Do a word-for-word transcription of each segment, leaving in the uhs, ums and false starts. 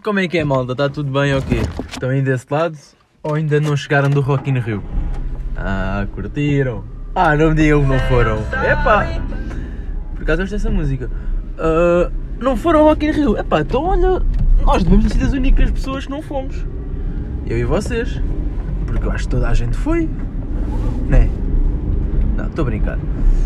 Como é que é, malta? Está tudo bem ou quê? Estão aí desse lado ou ainda não chegaram do Rock in Rio? Ah, curtiram? Ah, não me digam que não foram. Epá! Por acaso gosto dessa música. Uh, não foram ao Rock in Rio? Epá, então olha, nós devemos ter sido as únicas pessoas que não fomos. Eu e vocês. Porque eu acho que toda a gente foi. Né? Não, estou a brincar.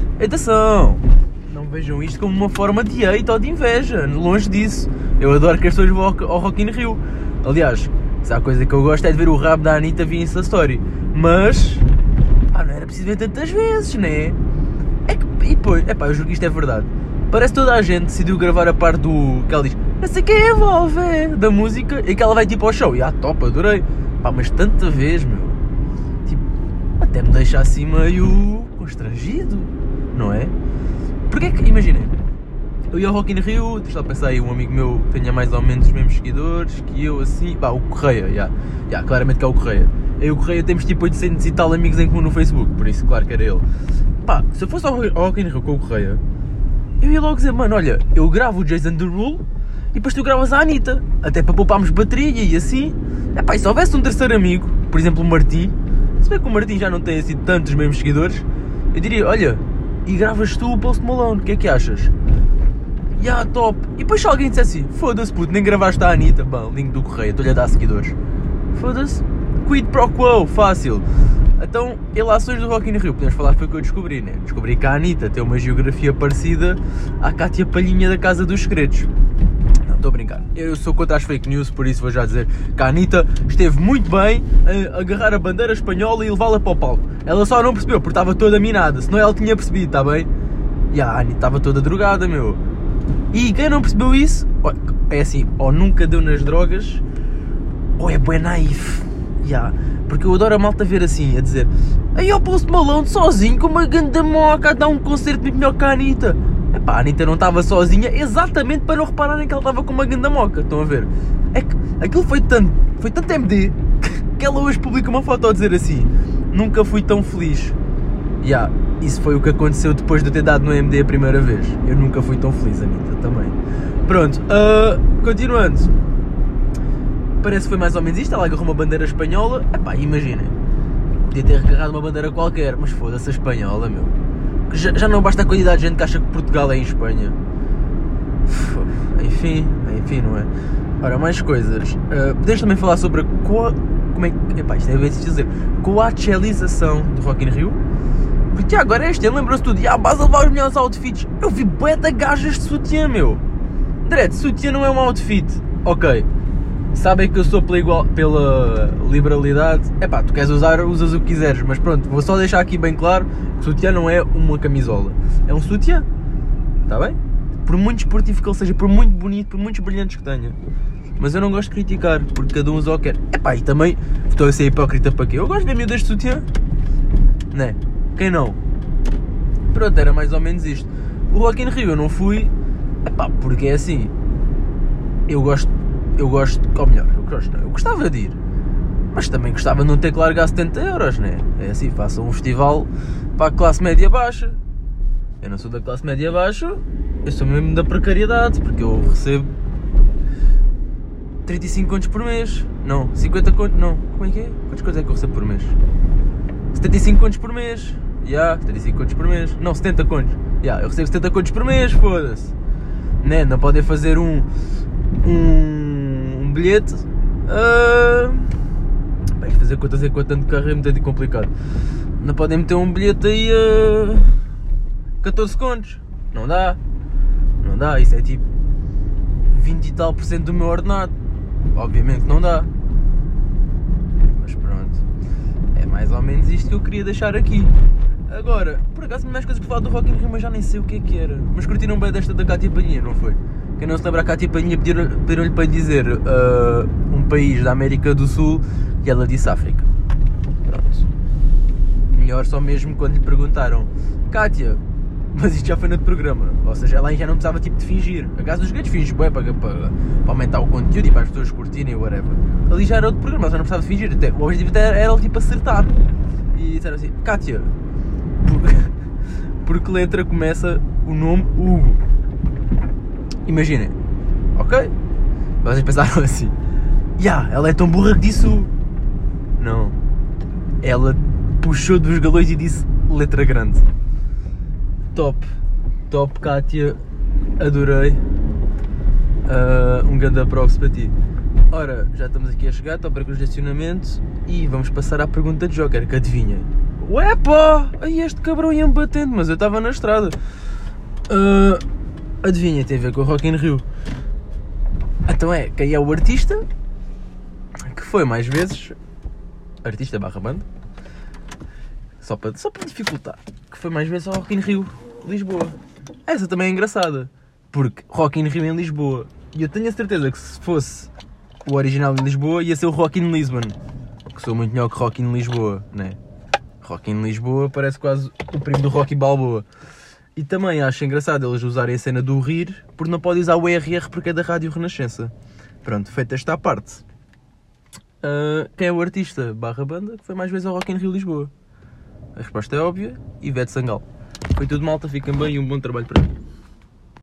Atenção! Não vejam isto como uma forma de hate ou de inveja. Longe disso. Eu adoro que as pessoas vão ao Rock in Rio. Aliás, se há coisa que eu gosto é de ver o rabo da Anitta vir Insta Story. Mas... pá, não era preciso ver tantas vezes, né? É que... e depois... epá, eu juro que isto é verdade. Parece que toda a gente decidiu gravar a parte do... que ela diz... não sei quem envolve é, da música. E que ela vai tipo ao show. E ah, top, adorei. Pá, mas tanta vez, meu. Tipo... até me deixa assim meio... constrangido. Não é? Porque é que... imaginem. Eu ia ao Rock in Rio, deixa lá pensar aí, um amigo meu que tenha mais ou menos os mesmos seguidores que eu, assim, pá, o Correia, já, yeah. yeah, claramente que é o Correia. Eu e o Correia temos tipo oitocentos e tal amigos em comum no Facebook, por isso, claro que era ele. Pá, se eu fosse ao Rock in Rio com o Correia, eu ia logo dizer, mano, olha, eu gravo o Jason Derulo e depois tu gravas a Anitta, até para pouparmos bateria e assim. É pá, e se houvesse um terceiro amigo, por exemplo o Martim, se bem que o Martim já não tem assim tantos mesmos seguidores, eu diria, olha, e gravas tu o Post Malone, o que é que achas? Ya, yeah, top! E depois se alguém dissesse assim, foda-se puto, nem gravaste a Anitta, bom, link do Correio, estou-lhe a dar seguidores. Foda-se, quid pro quo, fácil. Então, relações do Rock in Rio, podemos falar que foi o que eu descobri, né? Descobri que a Anitta tem uma geografia parecida à Cátia Palhinha da Casa dos Segredos. Não, estou a brincar. Eu sou contra as fake news, por isso vou já dizer que a Anitta esteve muito bem a agarrar a bandeira espanhola e levá-la para o palco. Ela só não percebeu, porque estava toda minada, senão ela tinha percebido, está bem? E a Anitta estava toda drogada, meu. E quem não percebeu isso, é assim, ou nunca deu nas drogas, ou é bué naif. Yeah. Porque eu adoro a malta ver assim, a dizer, aí eu Post Malone sozinho com uma ganda moca a dar um concerto muito melhor que a Anitta. Epá, a Anitta não estava sozinha exatamente para não repararem que ela estava com uma ganda moca, estão a ver? É que aquilo foi tanto, foi tanto M D, que ela hoje publica uma foto a dizer assim, nunca fui tão feliz. Yeah. Isso foi o que aconteceu depois de eu ter dado no M D a primeira vez. Eu nunca fui tão feliz, Anitta, também. Pronto, uh, continuando. Parece que foi mais ou menos isto. Ela agarrou uma bandeira espanhola. Epá, imaginem. Podia ter agarrado uma bandeira qualquer, mas foda-se a espanhola, meu. Já, já não basta a quantidade de gente que acha que Portugal é em Espanha. Enfim, enfim, não é? Ora, mais coisas. Uh, podemos também falar sobre a coa... como é que... epá, isto é bem dizer. Coachelização do Rock in Rio. Porque agora este ano lembra-se tudo, e a base a levar os melhores outfits. Eu vi bué de gajas de sutiã, meu. Direto, sutiã não é um outfit. Ok, sabem que eu sou pela, igual, pela liberalidade. Epá, tu queres usar, usas o que quiseres. Mas pronto, vou só deixar aqui bem claro que sutiã não é uma camisola. É um sutiã, está bem? Por muito esportivo que ele seja, por muito bonito, por muitos brilhantes que tenha. Mas eu não gosto de criticar, porque cada um usa o que quer. Epá, e também, estou a ser hipócrita para quê? Eu gosto de ver miúdas de sutiã, né? Quem não? Pronto, era mais ou menos isto. O Rock in Rio eu não fui, epá, porque é assim, eu gosto, eu gosto, ou melhor, eu gosto, não, eu gostava de ir, mas também gostava de não ter que largar setenta euros, né? É assim, façam um festival para a classe média baixa. Eu não sou da classe média baixa, eu sou mesmo da precariedade, porque eu recebo trinta e cinco contos por mês, não, cinquenta contos, não, como é que é? Quantas coisas é que eu recebo por mês? setenta e cinco contos por mês. Ya, yeah, setenta e cinco contos por mês. Não, setenta contos. Ya, yeah, eu recebo setenta contos por mês, foda-se. Né, não podem fazer um... Um... Um bilhete... Uh... Bem, fazer contas enquanto ando de carro é muito complicado. Não podem meter um bilhete aí a... Uh... catorze contos. Não dá. Não dá, isso é tipo... vinte e tal por cento do meu ordenado. Obviamente não dá. Mas pronto. É mais ou menos isto que eu queria deixar aqui. Agora, por acaso mais coisas para falar do Rock in Rio, mas já nem sei o que é que era. Mas curtiram bem desta da Cátia Palhinha, não foi? Quem não se lembra, a Cátia Palhinha pediram-lhe para dizer uh, um país da América do Sul e ela disse África. Pronto. Melhor só mesmo quando lhe perguntaram, Cátia, mas isto já foi no programa, ou seja, ela já não precisava tipo de fingir. A Casa dos Segredos finge bem para, para, para aumentar o conteúdo e para as pessoas curtirem ou whatever. Ali já era outro programa, ela já não precisava de fingir, até, o objetivo era, era tipo acertar. E disseram assim, Cátia, por, por que letra começa o nome Hugo? Imaginem, ok? Vocês pensaram assim, yeah, ela é tão burra que disse o... Não. Ela puxou dos galões e disse letra grande. Top. Top, Kátia. Adorei. Uh, um grande props para ti. Ora, já estamos aqui a chegar, estou para o congestionamento e vamos passar à pergunta de Joker, que adivinha? Ué pá, aí este cabrão ia-me batendo, mas eu estava na estrada. Uh, adivinha, tem a ver com o Rock in Rio. Então é, quem é o artista que foi mais vezes, artista barra banda, só para, só para dificultar, que foi mais vezes ao Rock in Rio, Lisboa. Essa também é engraçada, porque Rock in Rio em Lisboa, e eu tenho a certeza que se fosse o original em Lisboa ia ser o Rock in Lisbon, que sou muito melhor que Rock in Lisboa, né? Rock in Lisboa parece quase o primo do Rocky Balboa. E também acho engraçado eles usarem a cena do rir, porque não pode usar o R R porque é da Rádio Renascença. Pronto, feita esta à parte. Uh, quem é o artista barra banda que foi mais vezes ao Rock in Rio Lisboa? A resposta é óbvia, Ivete Sangalo. Foi tudo, malta, fiquem bem e um bom trabalho para mim.